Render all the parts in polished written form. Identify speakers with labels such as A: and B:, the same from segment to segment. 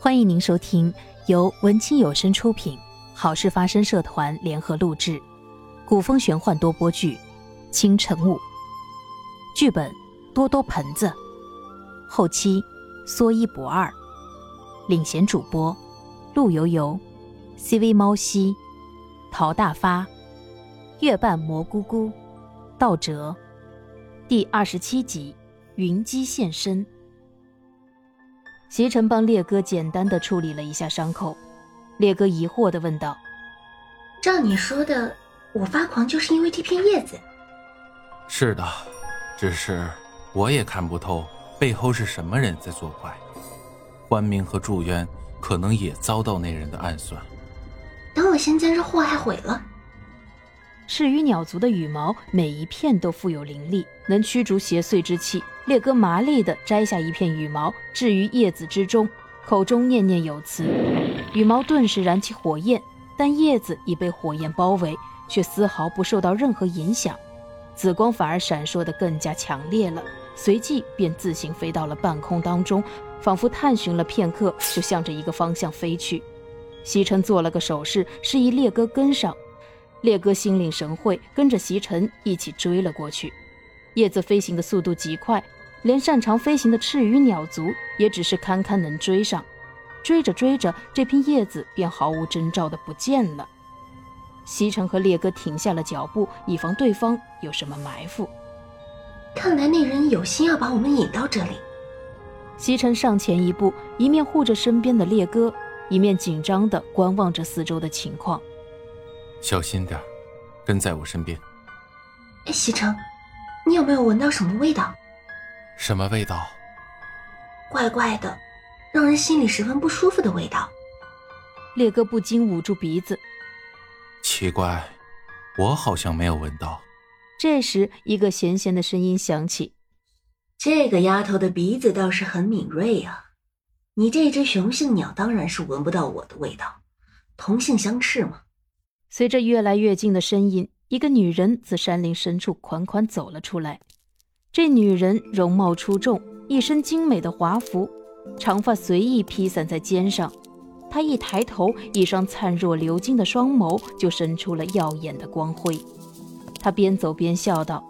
A: 欢迎您收听由文清有声出品，好事发生社团联合录制，古风玄幻多播剧《清晨雾》，剧本多多盆子，后期说一不二，领衔主播陆游游、CV 猫西、陶大发、月半蘑菇菇、道哲。第27集云姬现身。携程帮烈哥简单地处理了一下伤口，烈哥疑惑地问道：
B: 照你说的，我发狂就是因为这片叶子？
C: 是的，只是我也看不透背后是什么人在作怪。欢明和祝渊可能也遭到那人的暗算。
B: 等我先将这祸害毁了。
A: 赤羽鸟族的羽毛每一片都富有灵力，能驱逐邪祟之气。烈哥麻利地摘下一片羽毛，置于叶子之中，口中念念有词。羽毛顿时燃起火焰，但叶子已被火焰包围，却丝毫不受到任何影响，紫光反而闪烁得更加强烈了。随即便自行飞到了半空当中，仿佛探寻了片刻，就向着一个方向飞去。西城做了个手势，示意烈哥跟上。烈哥心领神会，跟着席尘一起追了过去。叶子飞行的速度极快，连擅长飞行的赤羽鸟族也只是堪堪能追上。追着追着，这片叶子便毫无征兆地不见了。席尘和烈哥停下了脚步，以防对方有什么埋伏。
B: 看来那人有心要把我们引到这里。
A: 席尘上前一步，一面护着身边的烈哥，一面紧张地观望着四周的情况。
C: 小心点，跟在我身边。
B: 西城，你有没有闻到什么味道？
C: 什么味道？
B: 怪怪的，让人心里十分不舒服的味道。
A: 烈哥不禁捂住鼻子。
C: 奇怪，我好像没有闻到。
A: 这时一个咸咸的声音响起：
B: 这个丫头的鼻子倒是很敏锐啊，你这只雄性鸟当然是闻不到我的味道，同性相斥嘛。
A: 随着越来越近的声音，一个女人自山林深处款款走了出来。这女人容貌出众，一身精美的华服，长发随意披散在肩上。她一抬头，一双灿若流金的双眸就生出了耀眼的光辉。她边走边笑道：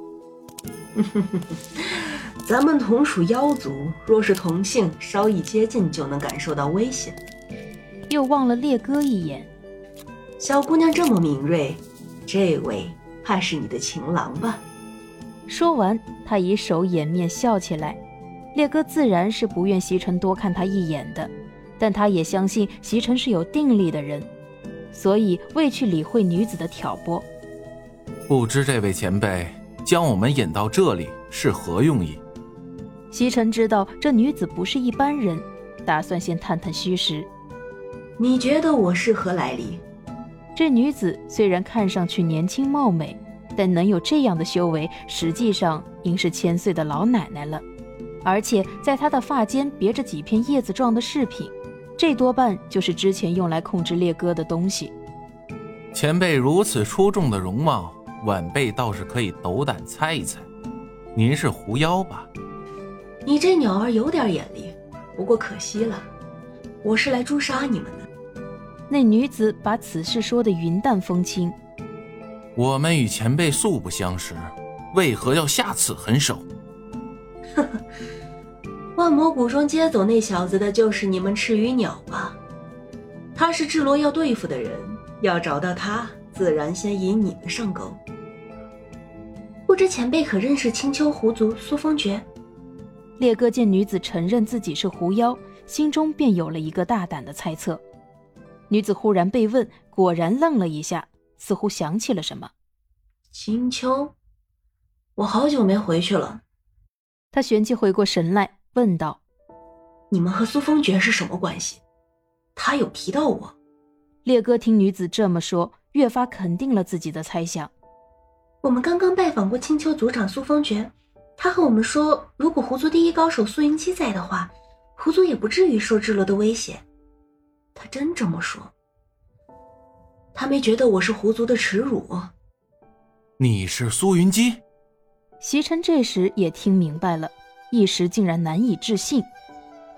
B: 咱们同属妖族，若是同性，稍一接近就能感受到危险。
A: 又望了烈哥一眼。
B: 小姑娘这么敏锐，这位怕是你的情郎吧？
A: 说完，他以手掩面笑起来。烈哥自然是不愿席尘多看他一眼的，但他也相信席尘是有定力的人，所以未去理会女子的挑拨。
C: 不知这位前辈将我们引到这里是何用意？
A: 席尘知道这女子不是一般人，打算先探探虚实。
B: 你觉得我是何来历？
A: 这女子虽然看上去年轻貌美，但能有这样的修为，实际上应是1000岁的老奶奶了。而且在她的发间别着几片叶子状的饰品，这多半就是之前用来控制烈哥的东西。
C: 前辈如此出众的容貌，晚辈倒是可以斗胆猜一猜，您是狐妖吧？
B: 你这鸟儿有点眼力，不过可惜了，我是来诛杀你们的。
A: 那女子把此事说得云淡风轻。
C: 我们与前辈素不相识，为何要下此狠手？
B: 呵呵，万魔谷中接走那小子的就是你们赤羽鸟吧？他是智罗要对付的人，要找到他，自然先引你们上钩。不知前辈可认识青丘狐族苏风觉？
A: 烈哥见女子承认自己是狐妖，心中便有了一个大胆的猜测。女子忽然被问，果然愣了一下，似乎想起了什么。
B: 青丘，我好久没回去了。
A: 她旋即回过神来，问道：
B: 你们和苏风觉是什么关系？他有提到我。
A: 烈哥听女子这么说，越发肯定了自己的猜想。
B: 我们刚刚拜访过青丘族长苏风觉，他和我们说，如果狐族第一高手苏云姬在的话，狐族也不至于受智罗的威胁。他真这么说？他没觉得我是狐族的耻辱？
C: 你是苏云姬？
A: 席尘这时也听明白了，一时竟然难以置信。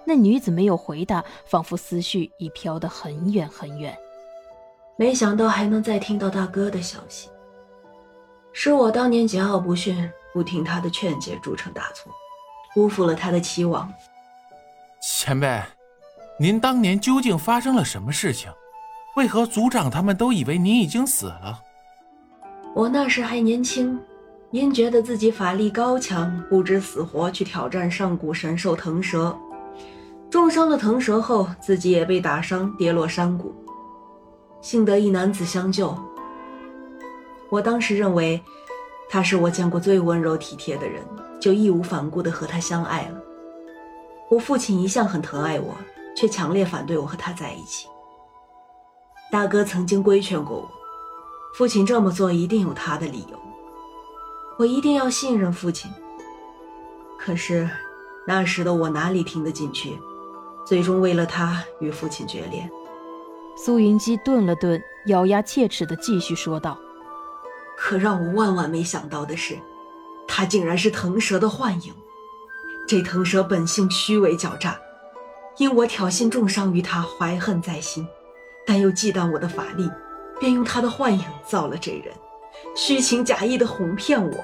A: 那女子没有回答，仿佛思绪已飘得很远很远。
B: 没想到还能再听到大哥的消息，是我当年桀骜不驯，不听他的劝诫，铸成大错，辜负了他的期望。
C: 前辈，您当年究竟发生了什么事情？为何族长他们都以为您已经死了？
B: 我那时还年轻，因觉得自己法力高强，不知死活去挑战上古神兽腾蛇，重伤了腾蛇后，自己也被打伤，跌落山谷。幸得一男子相救，我当时认为他是我见过最温柔体贴的人，就义无反顾地和他相爱了。我父亲一向很疼爱我，却强烈反对我和他在一起。大哥曾经规劝过我，父亲这么做一定有他的理由，我一定要信任父亲。可是那时的我哪里听得进去，最终为了他与父亲决裂。
A: 苏云姬顿了顿，咬牙切齿地继续说道：
B: 可让我万万没想到的是，他竟然是腾蛇的幻影。这腾蛇本性虚伪狡诈，因我挑衅重伤于他，怀恨在心，但又忌惮我的法力，便用他的幻影造了这人，虚情假意地哄骗我。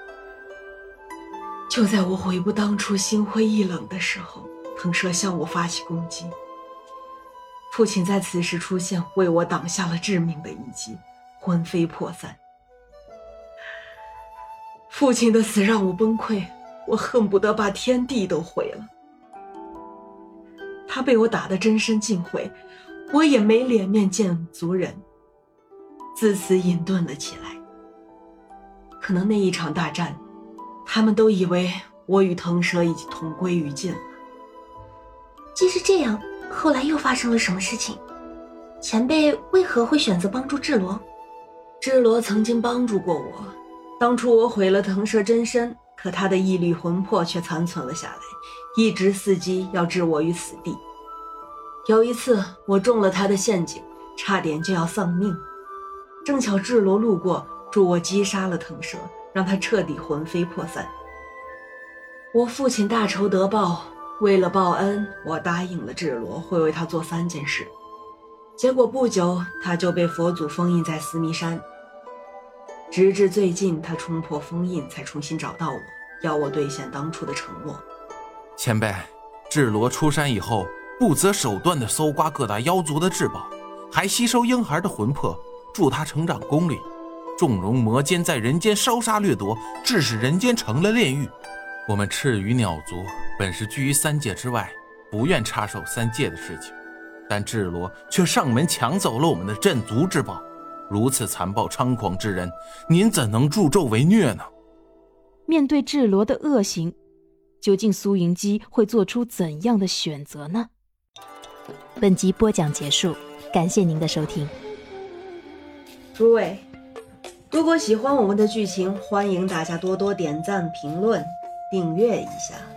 B: 就在我悔不当初，心灰意冷的时候，腾蛇向我发起攻击。父亲在此时出现，为我挡下了致命的一击，魂飞魄散。父亲的死让我崩溃，我恨不得把天地都毁了。他被我打得真身尽毁，我也没脸面见族人，自此隐遁了起来。可能那一场大战，他们都以为我与腾蛇已经同归于尽了。
D: 既是这样，后来又发生了什么事情？前辈为何会选择帮助智罗？
B: 智罗曾经帮助过我，当初我毁了腾蛇真身，可他的异律魂魄却残存了下来，一直伺机要置我于死地。有一次我中了他的陷阱，差点就要丧命，正巧智罗路过，助我击杀了腾蛇，让他彻底魂飞魄散。我父亲大仇得报，为了报恩，我答应了智罗会为他做3件事。结果不久他就被佛祖封印在司弥山，直至最近他冲破封印才重新找到我，要我兑现当初的承诺。
C: 前辈，智罗出山以后不择手段地搜刮各大妖族的至宝，还吸收婴孩的魂魄，助他成长功力，纵容魔奸在人间烧杀掠夺，致使人间成了炼狱。我们赤羽鸟族本是居于3界之外，不愿插手3界的事情，但智罗却上门抢走了我们的镇族之宝，如此残暴猖狂之人，您怎能助纣为虐呢？
A: 面对智罗的恶行，究竟苏云姬会做出怎样的选择呢？本集播讲结束，感谢您的收听。
B: 诸位，如果喜欢我们的剧情，欢迎大家多多点赞、评论、订阅一下。